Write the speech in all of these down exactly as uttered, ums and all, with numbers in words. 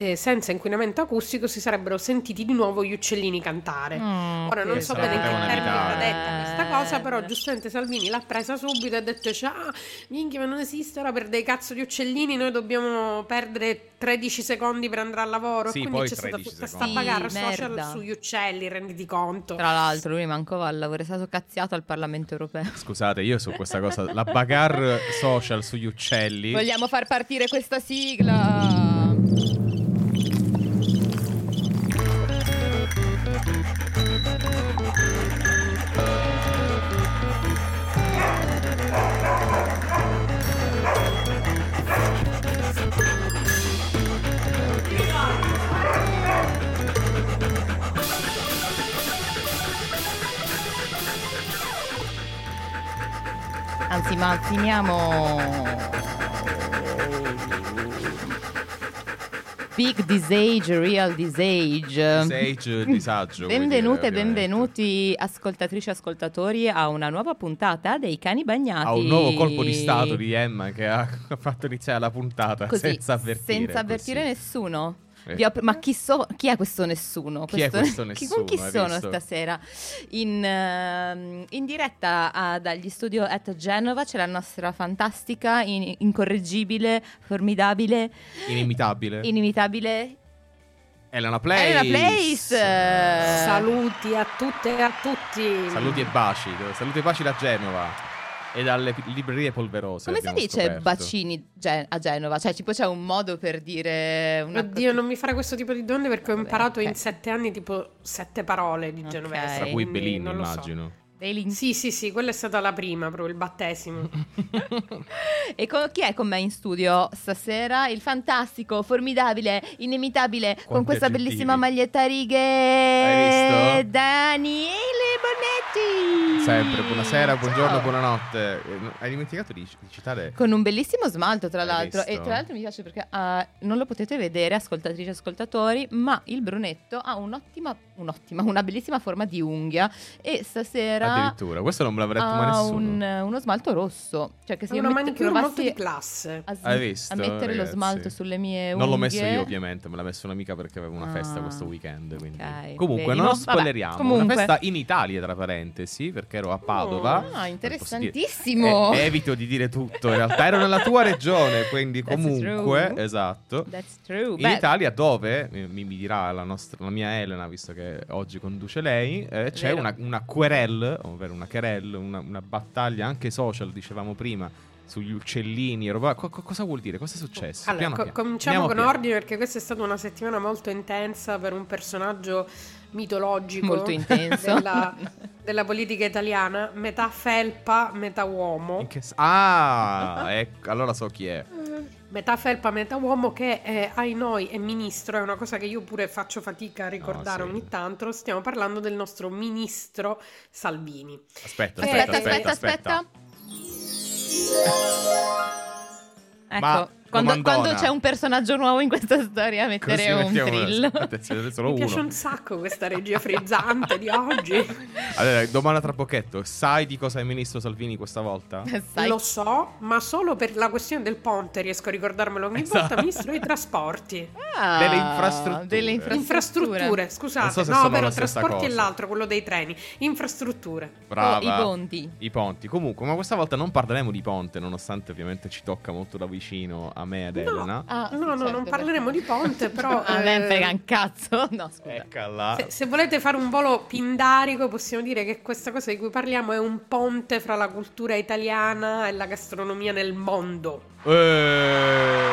eh, senza inquinamento acustico si sarebbero sentiti di nuovo gli uccellini cantare. Mm, Ora non so esatto. bene in che Potevano termini era evitare. detta questa cosa, però giustamente Salvini l'ha presa subito e ha detto cioè, ah, minchia, ma non esiste ora per dei cazzo di uccellini, noi dobbiamo perdere tredici secondi per andare al lavoro. Sì, Quindi poi c'è stata tredici tutta sta secondi. bagarra Sì, social merda. sugli uccelli, renditi conto. Tra l'altro lui manco va al lavoro, è stato cazziato al Parlamento europeo. Scusate, io su questa cosa, la bagarre social sugli uccelli. Vogliamo far partire questa sigla? Anzi, ma finiamo Big Disage, Real Disage. Disage, disagio. vuoi Benvenute e dire, ovviamente. benvenuti ascoltatrici e ascoltatori a una nuova puntata dei Cani Bagnati. A un nuovo colpo di stato di Emma che ha fatto iniziare la puntata Così, senza avvertire. senza avvertire così. nessuno. Eh. Vi ho- ma chi, so- chi è questo nessuno? Chi è questo chi- nessuno, Con chi hai sono visto? stasera? In, ehm, in diretta ah, dagli studio at Genova c'è la nostra fantastica, in- incorreggibile, formidabile, Inimitabile. inimitabile Elena Place. Elena Place. Saluti a tutte e a tutti. Saluti e baci. Saluti e baci da Genova. E dalle pi- librerie polverose. Come si abbiamo dice scoperto. bacini Gen- a Genova? Cioè, tipo, c'è un modo per dire una Oddio, non mi fare questo tipo di domande perché ho Vabbè, imparato ok. in sette anni tipo sette parole di Ok. genovese. Tra cui quindi Bellini, non lo so. immagino. Dei Sì, sì, sì, quella è stata la prima, proprio il battesimo. E con, chi è con me in studio stasera? Il fantastico, formidabile, inimitabile, con questa aggettivi. bellissima maglietta a righe. Hai visto? Daniele Bonetti. Sempre, buonasera, Ciao. buongiorno, buonanotte. Eh, no, Hai dimenticato di, di citare? Con un bellissimo smalto, tra Hai l'altro. visto? E tra l'altro mi piace perché ah, non lo potete vedere, ascoltatrici e ascoltatori, ma il brunetto ha un'ottima, un'ottima, una bellissima forma di unghia. E stasera Addirittura, questo non me l'avrebbe detto mai ha nessuno. un- uno smalto rosso. Cioè che se È io una mette- manicure molto provassi di classe. a, sm- Hai visto, a mettere ragazzi? lo smalto sulle mie unghie. Non l'ho messo io, ovviamente, me l'ha messo un'amica perché aveva una festa Ah, questo weekend. Quindi. ok, Comunque, vedi, non no? spoileriamo. Vabbè, comunque. Una festa in Italia, tra parentesi, perché ero a Padova. Ah, Eh, posso dire- interessantissimo. Eh, evito di dire tutto. In realtà ero nella tua regione, quindi That's comunque, true. esatto. That's true. In Beh, Italia, dove mi, mi dirà la, nostra, la mia Elena, visto che oggi conduce lei, eh, c'è Vero. una, una querelle, ovvero una querelle, una, una battaglia anche social, dicevamo prima, sugli uccellini. e Roba. Co- co- cosa vuol dire? Cosa è successo? Allora, Piano co- piano. cominciamo Andiamo con piano. ordine perché questa è stata una settimana molto intensa per un personaggio mitologico Molto intenso. della, della politica italiana, metà felpa, metà uomo. In che s- ah, ecco, allora so chi è. Metà felpa, metà uomo che eh, ai noi è ministro, è una cosa che io pure faccio fatica a ricordare No, sì. ogni tanto. Stiamo parlando del nostro ministro Salvini. Aspetta, aspetta, aspetta, aspetta, aspetta. Ecco, Ma, quando, comandona. quando c'è un personaggio nuovo in questa storia, mettere Così un mettiamo- thrill. Attenzione, solo Mi uno. piace un sacco questa regia frizzante di oggi. Allora, domanda tra pocchetto. Sai di cosa è ministro Salvini questa volta? Sai, Lo so, ma solo per la questione del ponte riesco a ricordarmelo ogni volta. Esatto. Ministro dei trasporti. ah, delle infrastrutture. delle infrastrutture. Infrastrutture, scusate. Non so se no, sono vero, la stessa trasporti cosa. è l'altro, quello dei treni. Infrastrutture. Brava. Oh, i ponti. I ponti. Comunque, ma questa volta non parleremo di ponte, nonostante ovviamente ci tocca molto da vicino a me ed Elena. Ah, No, sì, no, certo, non parleremo perché- di ponte, però... A me eh, frega un cazzo. No, scusa. Eccola. se, se volete fare un volo pindarico, possiamo dire che questa cosa di cui parliamo è un ponte fra la cultura italiana e la gastronomia nel mondo. Eh.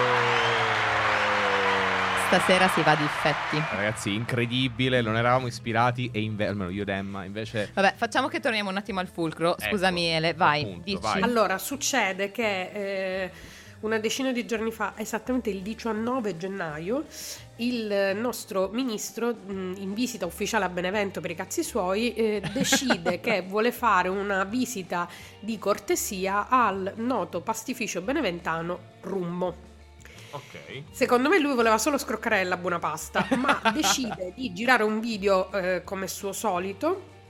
Stasera si va di effetti. Ragazzi, incredibile, non eravamo ispirati e inve- almeno io ed Emma, invece Vabbè, facciamo che torniamo un attimo al fulcro. Scusami, Ecco, Ele, vai, appunto, dici. vai. Allora, succede che eh, una decina di giorni fa, esattamente il diciannove gennaio, il nostro ministro, mh, in visita ufficiale a Benevento per i cazzi suoi, eh, decide che vuole fare una visita di cortesia al noto pastificio beneventano Rummo. ok. Secondo me lui voleva solo scroccare la buona pasta, ma decide di girare un video eh, come suo solito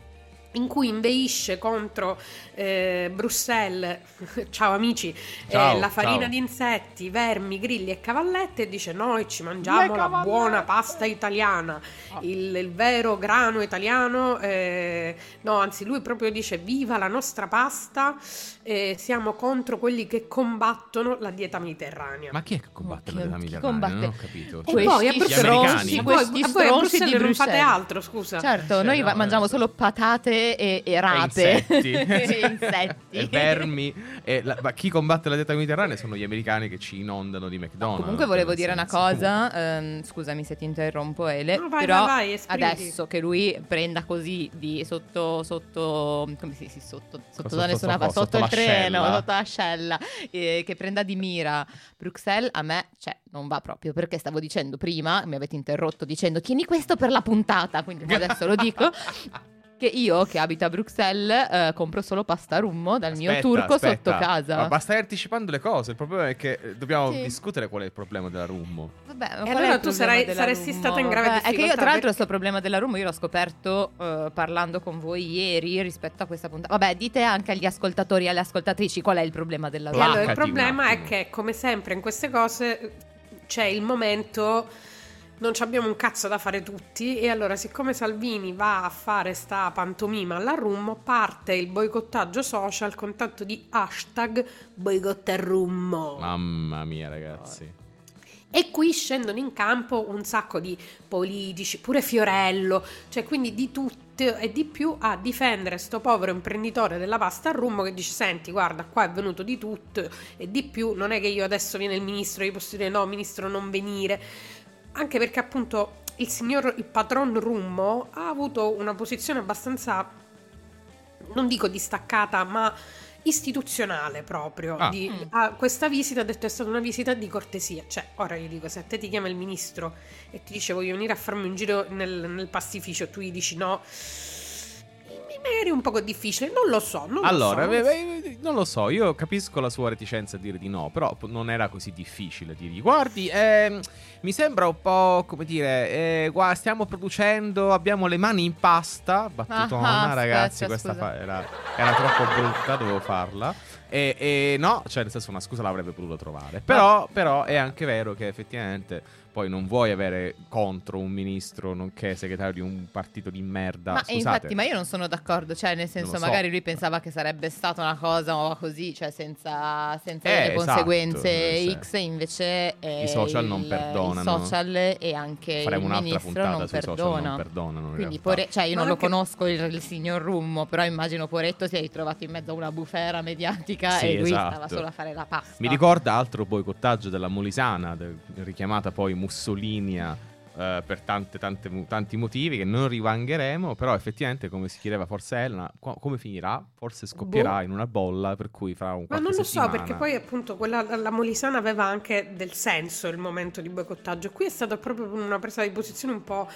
in cui inveisce contro eh, Bruxelles, ciao amici, Ciao, eh, la farina ciao. di insetti, vermi, grilli e cavallette, e dice noi ci mangiamo la buona pasta italiana, Ah. il, il vero grano italiano, eh, no anzi lui proprio dice viva la nostra pasta, eh, siamo contro quelli che combattono la dieta mediterranea. Ma chi è che combatte la Chi- dieta chi mediterranea? combatte? Non ho capito. E Questi voi a Gli Bruxelles, americani? sì, voi- Questi a voi a stronzi Bruxelles di non fate Bruxelles. altro, scusa. Certo, Cioè, noi no, va- mangiamo eh, solo patate e, e rate. E insetti. E insetti. E vermi. E la- ma chi combatte la dieta mediterranea sono gli americani che ci inondano di McDonald's. Comunque volevo nel dire una senso, cosa, ehm, scusami se ti interrompo Ele, No, vai, però vai, vai, esprimiti. adesso che lui prenda così di sotto, sotto come si dice, sotto, sotto Sotto- da nessuna sotto- parte, sotto, sotto il l'ascella. treno, sotto l'ascella, eh, che prenda di mira Bruxelles, a me, cioè, non va proprio, perché stavo dicendo prima, mi avete interrotto dicendo tieni questo per la puntata, quindi adesso lo dico. Che io, che abito a Bruxelles, eh, compro solo pasta rummo dal mio Aspetta, turco aspetta. sotto casa. Ma basta anticipando le cose. Il problema è che eh, dobbiamo Sì. discutere qual è il problema della rummo. Vabbè, ma E qual è allora il tu problema sarai- della saresti Rummo? stata in grave Vabbè, È che io, difficoltà, tra l'altro, perché- questo problema della Rummo io l'ho scoperto eh, parlando con voi ieri rispetto a questa puntata. Vabbè, dite anche agli ascoltatori e alle ascoltatrici qual è il problema della E Rummo. allora il Placcati un problema è attimo. che, come sempre in queste cose, c'è il momento, non ci abbiamo un cazzo da fare tutti, e allora siccome Salvini va a fare sta pantomima alla Rummo, parte il boicottaggio social con tanto di hashtag boicotta Rummo. Mamma mia, ragazzi. E qui scendono in campo un sacco di politici, pure Fiorello, cioè quindi di tutto e di più, a difendere sto povero imprenditore della pasta a Rummo che dice senti guarda qua è venuto di tutto e di più, non è che io adesso viene il ministro gli posso dire no ministro non venire, anche perché appunto il signor, il patron Rummo ha avuto una posizione abbastanza, non dico distaccata, ma istituzionale proprio. Ah. Di, Mm. a questa visita ha detto è stata una visita di cortesia. Cioè, ora io dico, se a te ti chiama il ministro e ti dice voglio venire a farmi un giro nel, nel pastificio, tu gli dici no, magari è un poco difficile, non lo so. Non Allora, lo so. beh, beh, non lo so, io capisco la sua reticenza a dire di no, però p- non era così difficile dirgli guardi, ehm, mi sembra un po' come dire, eh, guarda, stiamo producendo, abbiamo le mani in pasta, battutona Ah, ragazzi, aspetta, questa scusa. fa- era, era troppo brutta, dovevo farla. E, e no, cioè nel senso una scusa l'avrebbe potuto trovare. Però, però è anche vero che effettivamente poi non vuoi avere contro un ministro nonché segretario di un partito di merda. Ma Scusate. infatti, ma io non sono d'accordo, cioè nel senso Non lo so. magari lui pensava che sarebbe stata una cosa così, cioè senza, senza Eh, delle esatto, conseguenze sì. X, invece eh, I social non il- perdonano. I social e anche Faremo il un'altra ministro puntata non sui social perdona. non perdonano in Quindi, realtà. pore- cioè io Ma non anche- lo conosco il, il signor Rummo, però immagino Poretto si è ritrovato in mezzo a una bufera mediatica Sì, e lui esatto. stava solo a fare la pasta. Mi ricorda altro boicottaggio della Molisana, de- richiamata poi Mussolinia eh, per tante, tante, tanti motivi che non rivangheremo, però effettivamente come si chiedeva forse Elena, co- come finirà? Forse scoppierà Boh. in una bolla per cui fra un Ma qualche non lo so, settimana- perché poi appunto quella, la Molisana aveva anche del senso il momento di boicottaggio. Qui è stata proprio una presa di posizione un po'...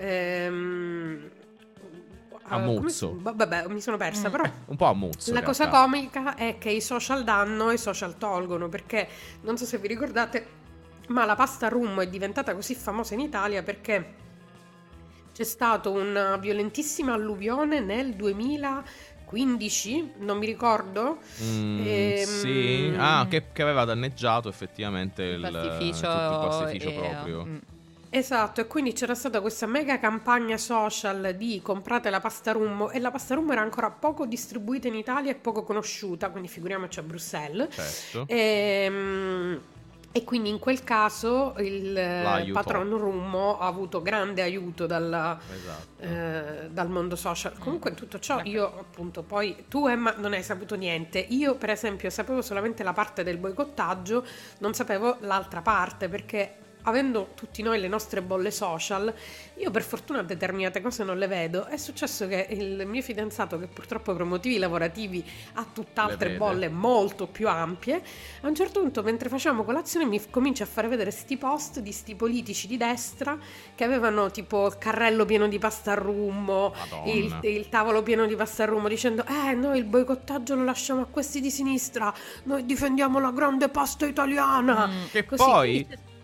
Ehm, A eh, come muzzo. si- Vabbè, mi sono persa, Mm. però... un po' a muzzo La in cosa realtà. comica è che i social danno e i social tolgono, perché non so se vi ricordate, ma la pasta Rummo è diventata così famosa in Italia perché c'è stata una violentissima alluvione nel duemilaquindici, non mi ricordo. Mm, Ehm, sì, ah, che, che aveva danneggiato effettivamente il, il pastificio, tutto il pastificio e- proprio. mm. Esatto, e quindi c'era stata questa mega campagna social di comprate la pasta Rummo, e la pasta Rummo era ancora poco distribuita in Italia e poco conosciuta, quindi figuriamoci a Bruxelles. Certo. Ehm, E quindi in quel caso il eh, L'aiutò. patron Rummo ha avuto grande aiuto dalla, Esatto. eh, dal mondo social. Comunque in tutto ciò io appunto poi tu Emma non hai saputo niente, io per esempio sapevo solamente la parte del boicottaggio, non sapevo l'altra parte, perché avendo tutti noi le nostre bolle social, io per fortuna determinate cose non le vedo. È successo che il mio fidanzato, che purtroppo per motivi lavorativi ha tutt'altre Le vede. bolle molto più ampie, a un certo punto mentre facciamo colazione mi f- comincia a fare vedere sti post di sti politici di destra che avevano tipo il carrello pieno di pasta a Rummo, Madonna. il, il tavolo pieno di pasta a Rummo, dicendo eh noi il boicottaggio lo lasciamo a questi di sinistra, noi difendiamo la grande pasta italiana. Mm. Che Così, poi,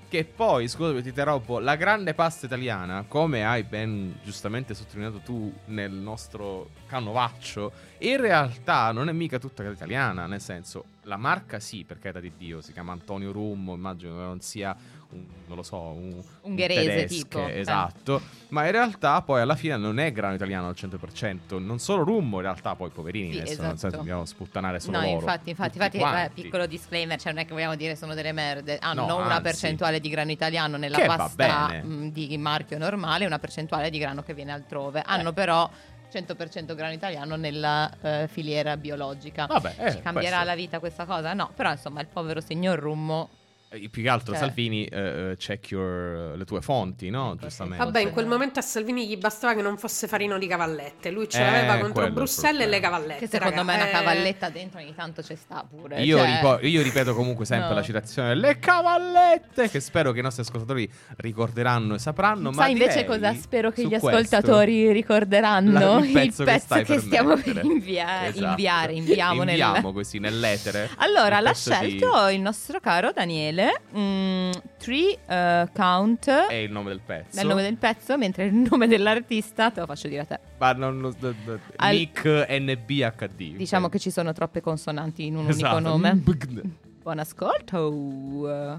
Che poi, scusami, ti interrompo, la grande pasta italiana, come hai ben giustamente sottolineato tu nel nostro canovaccio, in realtà non è mica tutta italiana, nel senso, la marca sì, per carità di Dio, si chiama Antonio Rummo, immagino che non sia un, non lo so, un ungherese un tedesche, tipo. esatto, eh. ma in realtà poi alla fine non è grano italiano al cento per cento, non solo Rummo, in realtà poi poverini, Sì, adesso esatto. nel senso dobbiamo sputtanare solo No, loro. infatti, infatti, tutti infatti eh, quanti. piccolo disclaimer, cioè non è che vogliamo dire sono delle merde, hanno No, una anzi. percentuale di grano italiano nella Che va pasta bene. mh, di marchio normale e una percentuale di grano che viene altrove. Hanno però cento per cento grano italiano nella eh, filiera biologica. Vabbè, eh, Ci cambierà questo. la vita questa cosa? No, però insomma il povero signor Rummo. Eh, Più che altro Cioè- Salvini, eh, check your, le tue fonti, no? Ecco, sì. Giustamente. Vabbè, in quel momento a Salvini gli bastava che non fosse farino di cavallette. Lui ce Eh, l'aveva contro quello è il Bruxelles e le problema. cavallette. Che secondo raga. me una Eh, cavalletta dentro ogni tanto ci sta pure. Io, cioè- ripo- io ripeto comunque sempre No. la citazione le cavallette, che spero che i nostri ascoltatori ricorderanno e sapranno. Ma Sai invece direi, cosa spero che su gli questo, ascoltatori ricorderanno? la- il pezzo, che, stai per stiamo per mettere. invia- Esatto. inviare, inviamo, nel- Inviamo così nell'etere. Allora, il l'ha pezzo di- scelto il nostro caro Daniele. mm, Tree eh, Count È il nome del pezzo. è il nome del pezzo, mentre il nome dell'artista te lo faccio dire a te. Ma non lo- d- d- Al- Nick N B H D. Diciamo ok. che ci sono troppe consonanti in un Esatto. unico nome. Bgn. Buon ascolto.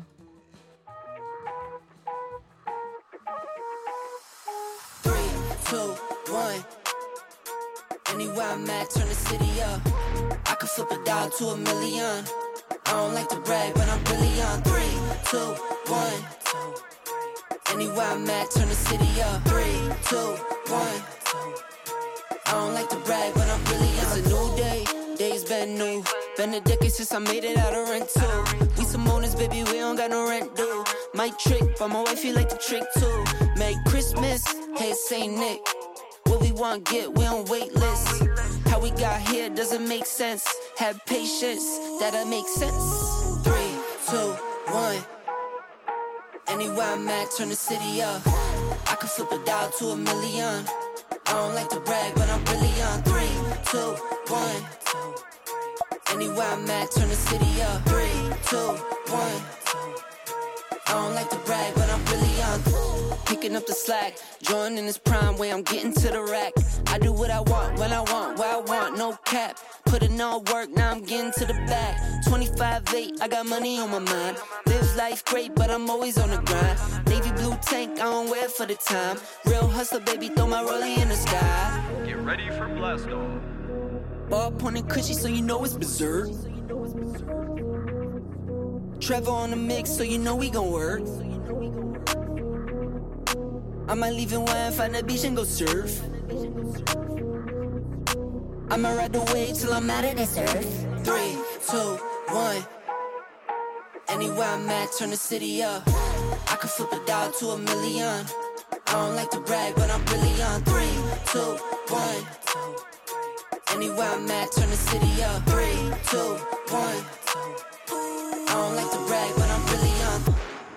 Three, two, one. Anywhere I'm at, turn the city up. I could flip a dollar to a million. I don't like to brag, but I'm really on. Three, two, one. Anywhere I'm at, turn the city up. Three, two, one. I don't like to brag, but I'm really on. It's a new day, days been new. Been a decade since I made it out of rent too. We some owners, baby, we don't got no rent due. Might trick, but my wife feel like the trick too. Merry Christmas, hey Saint Nick. What we want get, we on wait list. How we got here doesn't make sense. Have patience, that'll make sense. Three, two, one. Anywhere I'm at, turn the city up. I could flip a dollar to a million. I don't like to brag, but I'm really on. Three, two, one. Anywhere I'm at, turn the city up. Three, two, one. I don't like to brag, but I'm really on. Picking up the slack, joining this prime way, I'm getting to the rack. I do what I want, when I want, where I want, no cap. Put in all work, now I'm getting to the back. twenty-five eight, I got money on my mind. Live life great, but I'm always on the grind. Navy blue tank, I don't wear it for the time. Real hustler, baby, throw my rollie in the sky. Get ready for blast off. Ball pointing cushy, so you know it's berserk. Trevor on the mix, so you know we gon' work. I might leave in one, find the beach and go surf. I'ma ride the wave till I'm out of this earth. Three, two, one. Anywhere I'm at, turn the city up. I could flip a dollar to a million. I don't like to brag, but I'm really on. Three, two, one. Anywhere I'm at, turn the city up. Three, two, one. I don't like to brag, but I'm really on.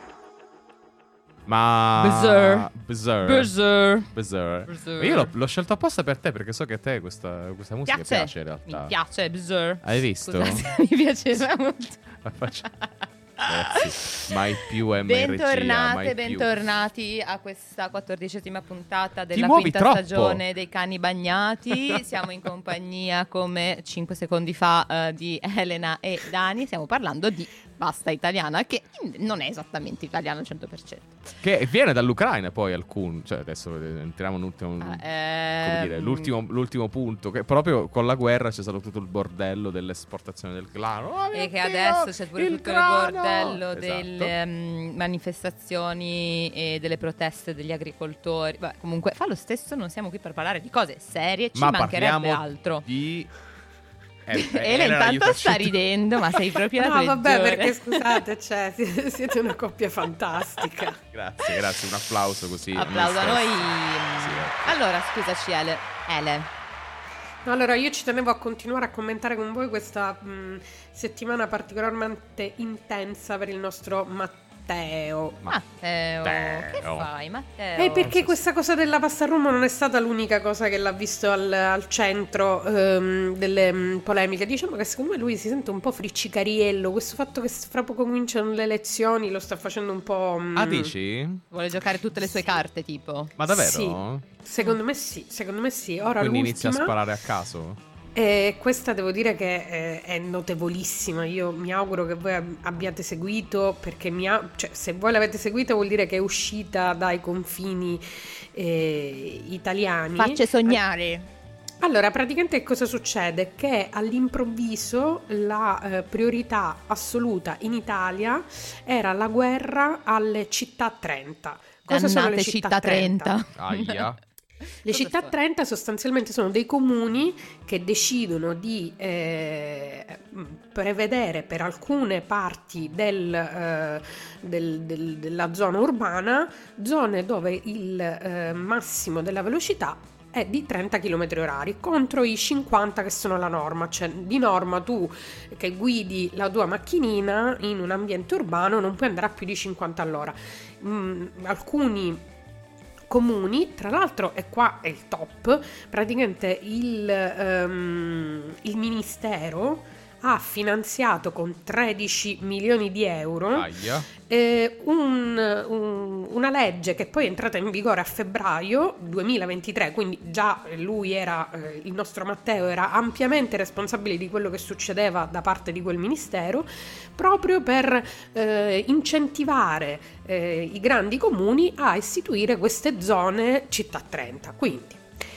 Ma Buzzer. Buzzer. Buzzer. Buzzer. Buzzer. Io l'ho, l'ho scelto apposta per te perché so che a te questa, questa musica Piace. piace in realtà. Mi piace, Buzzer. Hai visto? Scusate, mi piaceva molto. La faccia- Ragazzi, mai più è mai regia, Bentornate, mai più. bentornati a questa quattordicesima puntata Ti della muovi quinta troppo. stagione dei Cani Bagnati. Siamo in compagnia, come cinque secondi fa, eh, di Elena e Dani. Stiamo parlando di pasta italiana, che non è esattamente italiana al cento per cento. Che viene dall'Ucraina poi alcun, cioè adesso entriamo nell'ultimo, Ah, come dire, ehm, l'ultimo, l'ultimo punto, che proprio con la guerra c'è stato tutto il bordello dell'esportazione del grano. Oh, mio E che Dio, adesso c'è pure il tutto grano! il bordello Esatto. delle mm, manifestazioni e delle proteste degli agricoltori. Beh, comunque fa lo stesso, non siamo qui per parlare di cose serie, ci Ma mancherebbe parliamo altro. di Eh, Ele Elena, intanto aiutaci sta tu. ridendo, ma sei proprio la No, vabbè, peggiore. perché scusate, cioè, si- siete una coppia fantastica. Grazie, grazie, un applauso così. Applauso a me noi. stesso. Sì, ecco. Allora, scusaci Ele. Ele. Allora, io ci tenevo a continuare a commentare con voi questa mh, settimana particolarmente intensa per il nostro Matteo Matteo. Matteo, Matteo. che fai Matteo? E perché questa cosa della pasta al rummo non è stata l'unica cosa che l'ha visto al, al centro ehm, delle mh, polemiche. Diciamo che secondo me lui si sente un po' friccicariello. Questo fatto che fra poco cominciano le elezioni lo sta facendo un po'... mh, Ah, dici? Vuole giocare tutte le sue carte, tipo. Ma davvero? Sì, secondo me sì, secondo me sì. Ora Quindi l'ultima, inizia a sparare a caso? eh, questa devo dire che eh, è notevolissima. Io mi auguro che voi ab- abbiate seguito, perché mi ha- cioè, se voi l'avete seguita vuol dire che è uscita dai confini eh, italiani. Facce sognare. Allora, praticamente cosa succede? Che all'improvviso la eh, priorità assoluta in Italia era la guerra alle città trenta. Cosa sono le Dannate città città trenta? trenta. Aia. Le Cosa città fa? trenta sostanzialmente sono dei comuni che decidono di eh, prevedere per alcune parti del, eh, del- del- della zona urbana zone dove il eh, massimo della velocità è di trenta chilometri orari contro i cinquanta che sono la norma. Cioè, di norma tu che guidi la tua macchinina in un ambiente urbano non puoi andare a più di cinquanta all'ora. Mm, alcuni comuni, tra l'altro, e qua è il top, praticamente il, ehm, il ministero ha finanziato con tredici milioni di euro Aia. eh, un- un- una legge che poi è entrata in vigore a febbraio duemilaventitré, quindi già lui era, eh, il nostro Matteo era ampiamente responsabile di quello che succedeva da parte di quel ministero, proprio per eh, incentivare eh, i grandi comuni a istituire queste zone città trenta. Quindi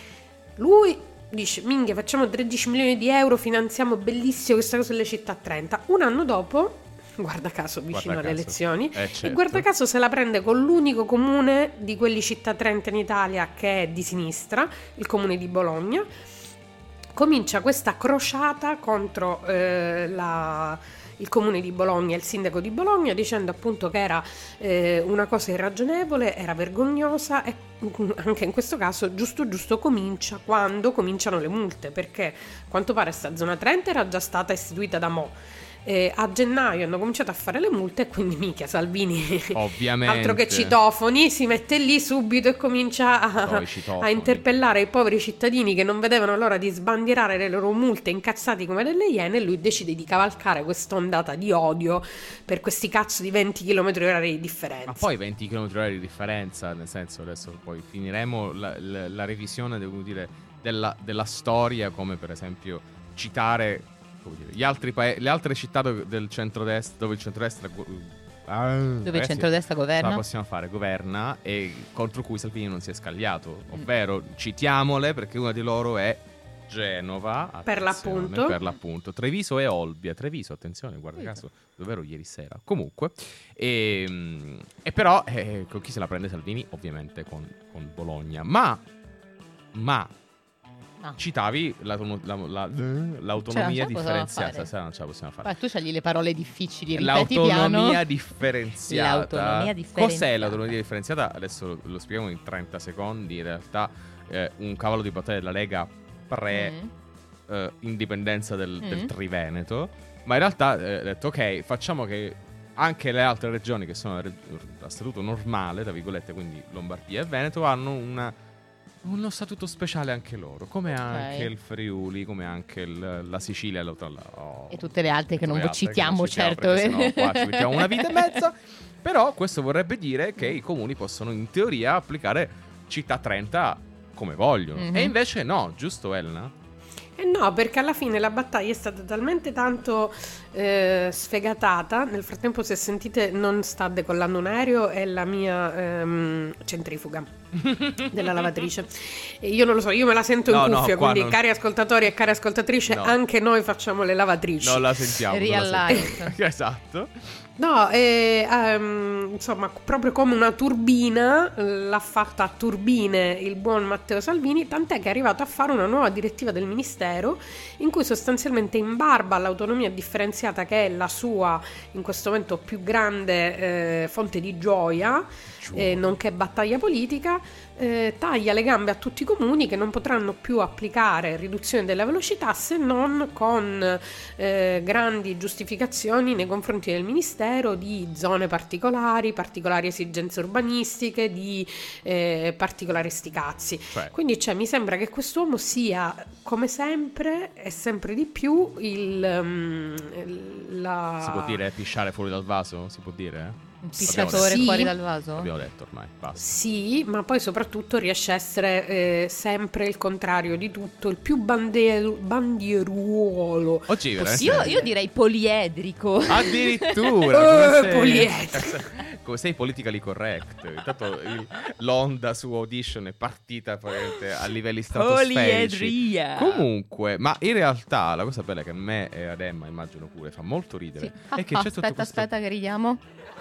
lui dice: minchia, facciamo tredici milioni di euro, finanziamo bellissimo questa cosa delle città trenta. Un anno dopo, guarda caso, vicino Guarda alle caso. elezioni, Eh, e certo. guarda caso se la prende con l'unico comune di quelli città trenta in Italia che è di sinistra, il comune di Bologna. Comincia questa crociata contro eh, la- il comune di Bologna e il sindaco di Bologna, dicendo appunto che era eh, una cosa irragionevole, era vergognosa, e anche in questo caso giusto giusto comincia quando cominciano le multe, perché a quanto pare sta zona trenta era già stata istituita da mo'. Eh, a gennaio hanno cominciato a fare le multe e quindi minchia Salvini, Ovviamente. altro che citofoni, si mette lì subito e comincia a, No, i citofoni. a interpellare i poveri cittadini che non vedevano l'ora di sbandierare le loro multe incazzati come delle iene, e lui decide di cavalcare quest'ondata di odio per questi cazzo di venti chilometri orari di differenza. Ma poi venti chilometri orari di differenza, nel senso, adesso poi finiremo la, la- la revisione, devo dire, della, della storia, come per esempio citare, come dire, gli altri paesi, le altre città do- del centrodestra, dove il centrodestra gu- ah, Dove il ragazzi, centrodestra ce la governa. possiamo fare, governa, e contro cui Salvini non si è scagliato, Mm. ovvero citiamole, perché una di loro è Genova, Per attenzione, l'appunto. per l'appunto, Treviso e Olbia. Treviso, attenzione, guarda caso, dove ero ieri sera. Comunque, e, mm, e però eh, con chi se la prende Salvini? Ovviamente con, con Bologna. Ma, ma Ah. citavi l'autono- la- la- l'autonomia Ce la possiamo differenziata. fare. Sì, non ce la possiamo fare. Ma tu scegli le parole difficili, ripeti L'autonomia piano. differenziata. L'autonomia differenziata. Cos'è l'autonomia differenziata? Adesso lo, lo spieghiamo in trenta secondi. In realtà, eh, un cavallo di battaglia della Lega pre Mm. eh, indipendenza del, del Mm. Triveneto. Ma in realtà eh, ha detto: ok, facciamo che anche le altre regioni che sono a, reg- a statuto normale, tra virgolette, quindi Lombardia e Veneto, hanno una uno statuto speciale anche loro, come anche il Friuli, come anche il- la Sicilia, l'altra- la- oh, E tutte le altre che non tutte le altre citiamo, non citiamo, certo. perché sennò qua ci mettiamo una vita e mezza. Però questo vorrebbe dire che i comuni possono in teoria applicare città trenta come vogliono. Mhm. E invece no, giusto Elena? Eh no, perché alla fine la battaglia è stata talmente tanto eh, sfegatata. Nel frattempo, se sentite, non sta decollando un aereo, è la mia ehm, centrifuga della lavatrice. E io non lo so, io me la sento in No, no, cuffia, qua quindi non- cari ascoltatori e cari ascoltatrici, No. anche noi facciamo le lavatrici. Non la sentiamo. non la Real sentiamo. life. Esatto. No, eh, ehm, insomma, proprio come una turbina, eh, l'ha fatta a turbine il buon Matteo Salvini, tant'è che è arrivato a fare una nuova direttiva del Ministero ministero, in cui sostanzialmente, in barba all'autonomia differenziata che è la sua in questo momento più grande eh, fonte di gioia, eh, nonché battaglia politica, eh, taglia le gambe a tutti i comuni che non potranno più applicare riduzione della velocità se non con eh, grandi giustificazioni nei confronti del ministero di zone particolari, particolari esigenze urbanistiche, di eh, particolari sticazzi. Cioè. Quindi cioè, mi sembra che quest'uomo sia, come sempre e sempre di più, il um, la... Si può dire pisciare fuori dal vaso? Si può dire? Eh? Un L'abbiamo pisciatore detto. fuori Sì. dal vaso? L'abbiamo detto ormai, basta. Sì, ma poi soprattutto riesce a essere eh, sempre il contrario di tutto, il più bandier- bandieruolo. Oggi veramente- Io, io direi poliedrico. Addirittura! Eh, come poliedrico. sei, come sei politically correct. Intanto il- l'onda su Audition è partita praticamente a livelli stratosferici. Poliedria. Comunque, ma in realtà la cosa bella che a me e ad Emma immagino pure fa molto ridere Sì. è che Ah, c'è tutto aspetta, questo... aspetta che ridiamo.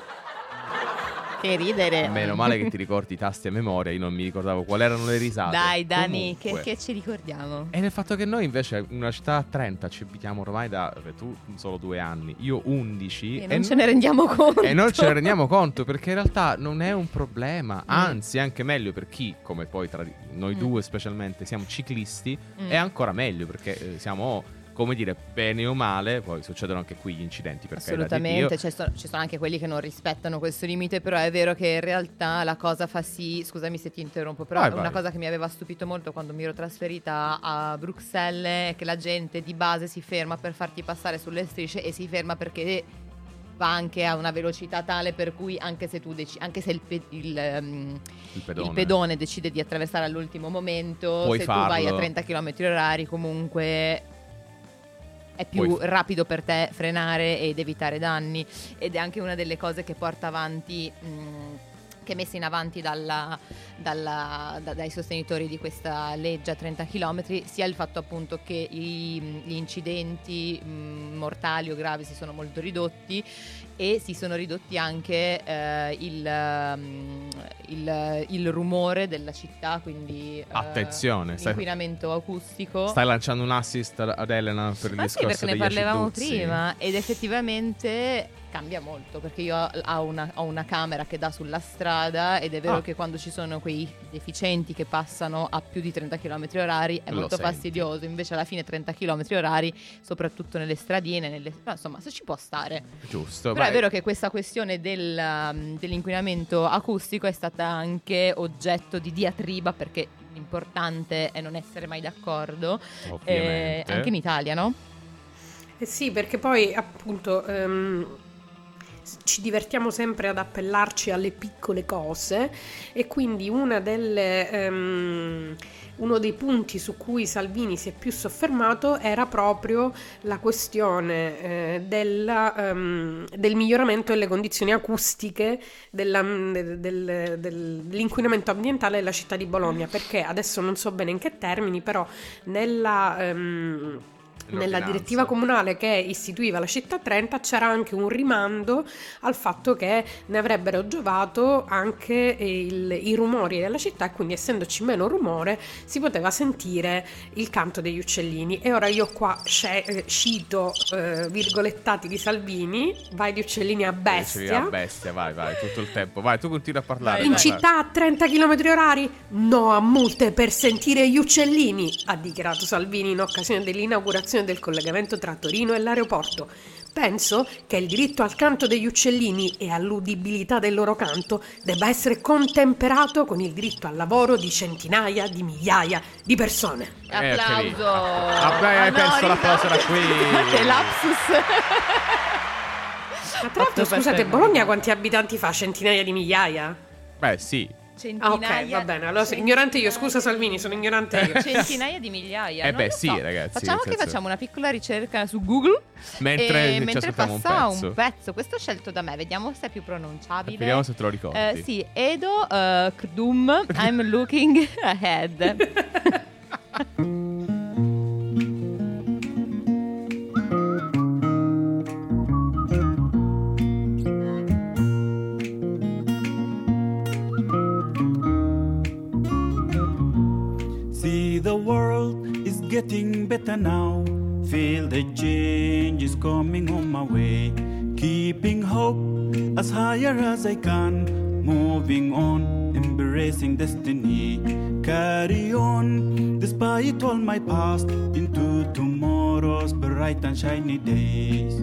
Che ridere. Meno male che ti ricordi i tasti a memoria, io non mi ricordavo quali erano le risate. Dai Dani, che, Comunque. che ci ricordiamo? E nel fatto che noi invece in una città a trenta ci abitiamo ormai da beh, tu solo due anni, io undici E non ce ne rendiamo conto. E non ce ne rendiamo conto perché in realtà non è un problema, anzi è anche meglio per chi, come poi tra noi Mm. due specialmente, siamo ciclisti, Mm. è ancora meglio perché eh, siamo, come dire, bene o male, poi succedono anche qui gli incidenti per carità di Assolutamente, Dio. ci sono, ci sono anche quelli che non rispettano questo limite, però è vero che in realtà la cosa fa sì, scusami se ti interrompo, però Vai, una vai. cosa che mi aveva stupito molto quando mi ero trasferita a Bruxelles è che la gente di base si ferma per farti passare sulle strisce e si ferma perché va anche a una velocità tale per cui anche se tu deci- anche se il, pe- il, ehm, Il pedone. il pedone decide di attraversare all'ultimo momento, Puoi se farlo. tu vai a trenta chilometri orari comunque è più Puoi f- rapido per te frenare ed evitare danni, ed è anche una delle cose che porta avanti mh, che è messa in avanti dalla, dalla- da- dai sostenitori di questa legge a trenta chilometri, sia il fatto appunto che i- gli incidenti mh, mortali o gravi si sono molto ridotti e si sono ridotti anche eh, il, um, il, il rumore della città, quindi eh, Attenzione, stai- l'inquinamento acustico. Stai lanciando un assist ad Elena per il Ma sì, discorso perché ne degli parlavamo aciduzzi. prima ed effettivamente cambia molto, perché io ho una, ho una camera che dà sulla strada ed è vero Ah. che quando ci sono quei deficienti che passano a più di trenta chilometri orari è Lo molto senti. fastidioso, invece alla fine trenta chilometri orari, soprattutto nelle stradine, nelle, no, insomma se ci può stare. Giusto, Però vai. è vero che questa questione del, um, dell'inquinamento acustico è stata anche oggetto di diatriba, perché l'importante è non essere mai d'accordo, eh, Ovviamente. anche in Italia, no? Eh sì, perché poi appunto ehm, ci divertiamo sempre ad appellarci alle piccole cose e quindi una delle, ehm, uno dei punti su cui Salvini si è più soffermato era proprio la questione eh, della, ehm, del miglioramento delle condizioni acustiche della- del- del- del- dell'inquinamento ambientale della città di Bologna, perché adesso non so bene in che termini, però nella... ehm, Nella L'ordinanza. direttiva comunale che istituiva la città trenta c'era anche un rimando al fatto che ne avrebbero giovato anche il- i rumori della città e quindi essendoci meno rumore si poteva sentire il canto degli uccellini. E ora io qua sce- eh, cito eh, virgolettati di Salvini: vai di uccellini a bestia. A bestia, vai, vai, tutto il tempo. Vai, tu continui a parlare. Vai, In vai, città a trenta chilometri orari? No a multe per sentire gli uccellini, ha dichiarato Salvini in occasione dell'inaugurazione del collegamento tra Torino e l'aeroporto. Penso che il diritto al canto degli uccellini e all'udibilità del loro canto debba essere contemperato con il diritto al lavoro di centinaia di migliaia di persone. vai. Eh, ok, lì. Applauso. Ah, beh, hai perso l'applauso da qui. Che lapsus. Ma tra l'altro, scusate, Bologna quanti abitanti fa? Centinaia di migliaia? Beh, sì. Ah, Centinaia, ok, va bene. Allora, sono ignorante io. Scusa Salvini, sono ignorante io. Centinaia di migliaia. Eh non beh, lo sì, so. ragazzi, Facciamo nel che senso- facciamo una piccola ricerca su Google Mentre e ci mentre ascoltiamo un passa pezzo. un pezzo. Questo è scelto da me, vediamo se è più pronunciabile. Vediamo se te lo ricordi. Eh, sì, Edo uh, Krdum, I'm looking ahead. See, the world is getting better now. Feel the change is coming on my way. Keeping hope as higher as I can. Moving on, embracing destiny. Carry on, despite all my past, into tomorrow's bright and shiny days.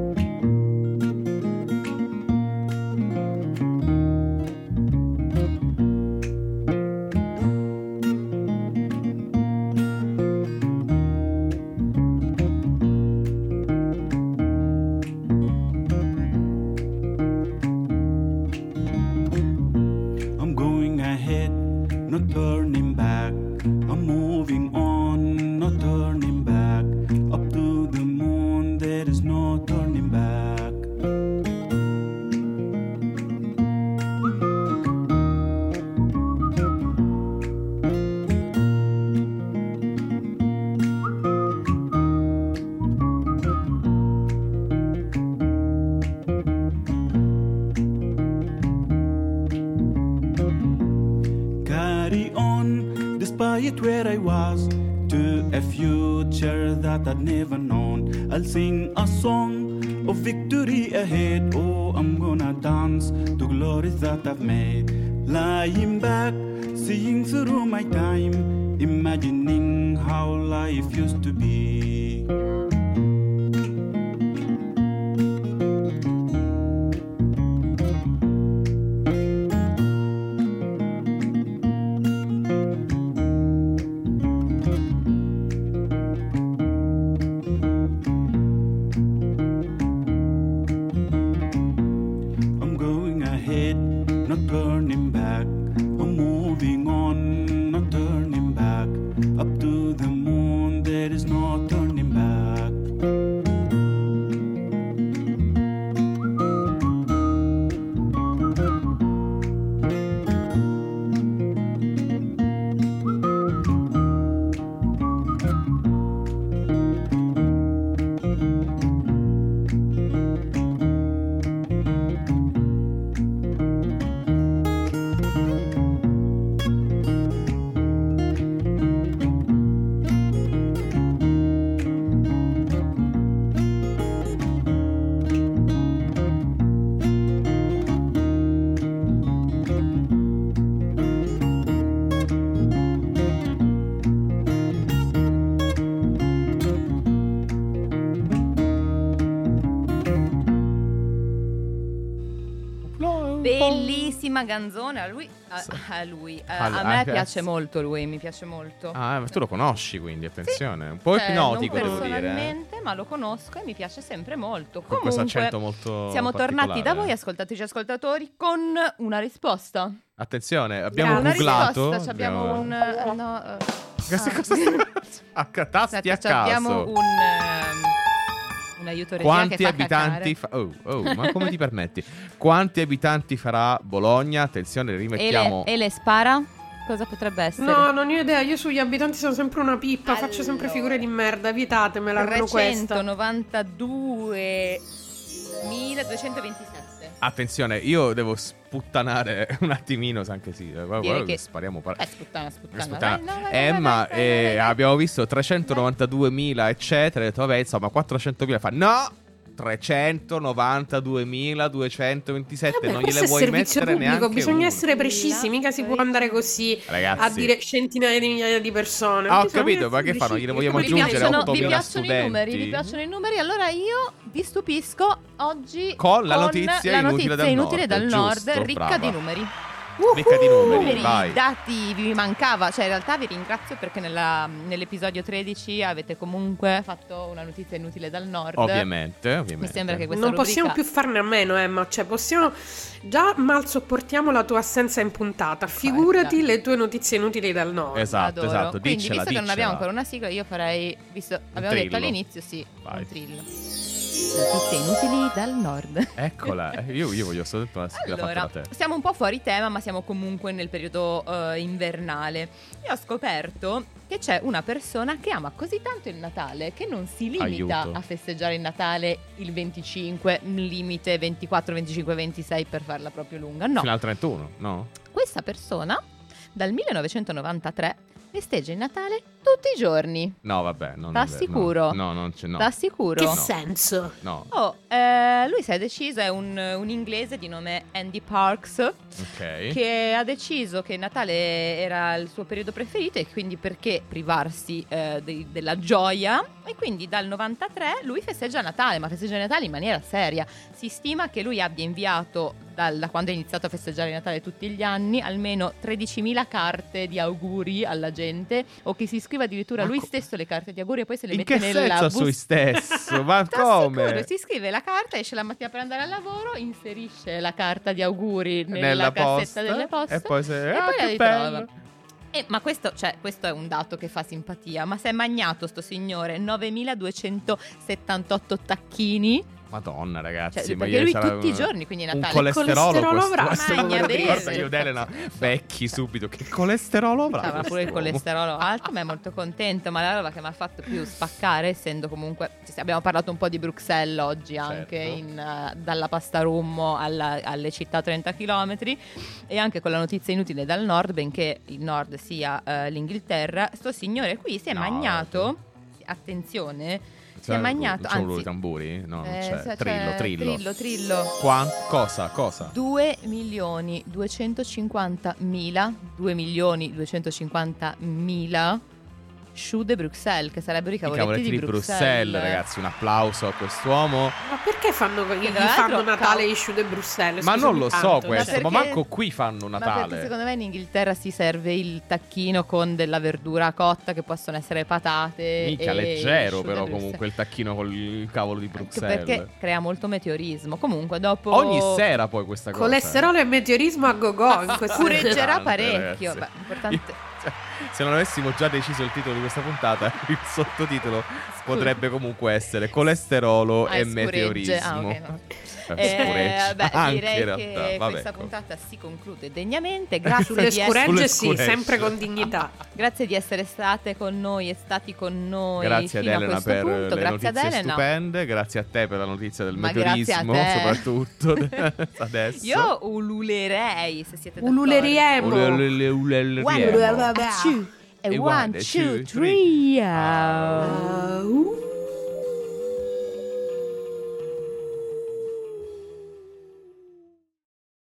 Where I was to a future that I'd never known. I'll sing a song of victory ahead. Oh, I'm gonna dance to glories that I've made. Lying back, seeing through my time, imagining how life used to be. Bellissima canzone, a lui, a, a lui, a, a me piace molto lui, mi piace molto. Ah, ma tu lo conosci quindi, attenzione, sì. Un po' cioè, ipnotico non devo dire. Personalmente, ma lo conosco e mi piace sempre molto. Con Comunque, questo accento molto siamo tornati da voi, ascoltatori ascoltatrici e ascoltatori, con una risposta. Attenzione, abbiamo una googlato. Risposta, abbiamo un uh, no, uh, Queste ah. cose a tasti a caso. Abbiamo un um, un aiuto regia Quanti che fa abitanti fa... oh, oh, ma come ti permetti? Quanti abitanti farà Bologna? Attenzione, rimettiamo. E le, e le spara? Cosa potrebbe essere? No, non ho idea. Io sugli abitanti sono sempre una pippa. Allora, faccio sempre figure di merda. Evitatemela almeno questa. trecentonovantaduemiladuecentoventisette. Attenzione, io devo sputtanare un attimino, anche sì. Guarda che spariamo. Par- eh, sputtana, sputtana. sputtana. Vai, no, vai, Emma, vai, vai, eh, vai, vai. abbiamo visto trecentonovantaduemila, eccetera. Ho detto, vabbè, insomma, quattrocentomila fa. No! trecentonovantaduemiladuecentoventisette. Vabbè, non gliele vuoi mettere pubblico, neanche bisogna uno. essere precisi, mica si può andare così, ragazzi, a dire centinaia di migliaia di persone. Ah, ho Bisogna capito, ma che essere fanno? Gliele vogliamo Vi aggiungere piacciono, vi ottomila piacciono studenti? i numeri, vi piacciono i numeri? Allora io vi stupisco oggi con la notizia la inutile, notizia dal, inutile nord, dal nord, giusto, ricca brava. di numeri. Ricca di numeri, numeri, vai. dati, vi mancava, cioè in realtà vi ringrazio perché nella, nell'episodio tredici avete comunque fatto una notizia inutile dal nord. Ovviamente, ovviamente. Mi sembra che questa non rubrica... possiamo più farne a meno, Emma, cioè possiamo già mal sopportiamo la tua assenza in puntata, figurati Guarda. le tue notizie inutili dal nord. Esatto, Adoro. esatto, Quindi diccela, visto che non diccela. abbiamo ancora una sigla, io farei, visto abbiamo trillo. detto all'inizio, sì, Vai. un trillo. Notizie inutili dal nord. Eccola, eh, io, io voglio soltanto una sigla Allora, fatta da te. siamo un po' fuori tema, ma siamo comunque nel periodo uh, invernale. Io ho scoperto che c'è una persona che ama così tanto il Natale che non si limita Aiuto. a festeggiare il Natale il venticinque, limite ventiquattro, venticinque, ventisei per farla proprio lunga. No, Fino al trentuno, no? questa persona dal millenovecentonovantatré festeggia il Natale tutti i giorni. No, vabbè, non è vero, T'assicuro. No, no, non c'è, no. T'assicuro. Che No. senso? No. Oh, eh, lui si è deciso, è un, un inglese di nome Andy Parks, Ok. che ha deciso che Natale era il suo periodo preferito e quindi perché privarsi eh, de- della gioia, e quindi dal novantatré lui festeggia Natale, ma festeggia Natale in maniera seria. Si stima che lui abbia inviato dal- da quando ha iniziato a festeggiare Natale tutti gli anni almeno tredicimila carte di auguri alla gente, o che si scrive addirittura Ma lui co- stesso le carte di auguri e poi se le In mette che nella senso a lui bus- stesso? Ma T'assicuro, come? si scrive la carta, esce la mattina per andare al lavoro, inserisce la carta di auguri nella, Nella cassetta posta, delle poste e poi se- e ah, poi la che ritrova. bello. Eh, ma questo, cioè, questo è un dato che fa simpatia. Ma si è magnato sto signore novemiladuecentosettantotto tacchini. Madonna, ragazzi, Cioè, ma perché io lui sarà tutti i un- giorni, quindi un Natale. colesterolo, Colesterolo questo- avrà, questo magna povero bene. ricordo, io ed Elena vecchi subito. Che colesterolo avrà? Avrà pure il quest'uomo? colesterolo alto, ma è molto contento. Ma la roba che mi ha fatto più spaccare, essendo comunque, sì, abbiamo parlato un po' di Bruxelles oggi anche, Certo. in, eh, dalla Pastarummo alla- alle città a trenta chilometri, e anche con la notizia inutile dal nord, benché il nord sia eh, l'Inghilterra. Sto signore qui si è No, magnato, attenzione, si è Cioè, magnato, sono loro i anzi, tamburi? No, non eh, c'è. cioè, Trillo, trillo. trillo, trillo. Qua? Cosa? Cosa? due milioni duecentocinquantamila due milioni duecentocinquantamila Choux de Bruxelles, che sarebbero i I cavoletti, cavoletti di di Bruxelles, ragazzi, un applauso a quest'uomo. Ma perché fanno, gli tra fanno l'altro, Natale cav- i Choux de Bruxelles? Ma non Scusami lo so tanto, questo, cioè. ma perché- manco qui fanno Ma perché Natale. secondo me in Inghilterra si serve il tacchino con della verdura cotta, che possono essere patate. Mica e leggero Choux de però Bruxelles. comunque il tacchino con il cavolo di Anche Bruxelles. perché crea molto meteorismo. Comunque dopo Ogni sera poi questa cosa. Colesterolo e meteorismo a go-go in questo Cureggerà Tante, parecchio. ragazzi. Beh, importante. Io- cioè, se non avessimo già deciso il titolo di questa puntata, il sottotitolo potrebbe comunque essere colesterolo Ah, e scuregge. meteorismo. Ah, ok, no. Eh, scuregge. Eh, beh, Anche direi in realtà. che Vabbè, questa co- puntata si conclude degnamente. Grazie Sulle di, essere, scuregge Sulle sì, scuregge. sempre con dignità. grazie di essere state con noi e stati con noi Grazie ad fino a Elena questo per punto. le Grazie ad notizie Elena. stupende, grazie a te per la notizia del Ma grazie a meteorismo, te. soprattutto adesso. Io ululerei, se siete d'accordo. Ululeriemo. Ule- ule- ule- ule- One, riemo. two, e E one, one, two, two, three. three. Au. Au.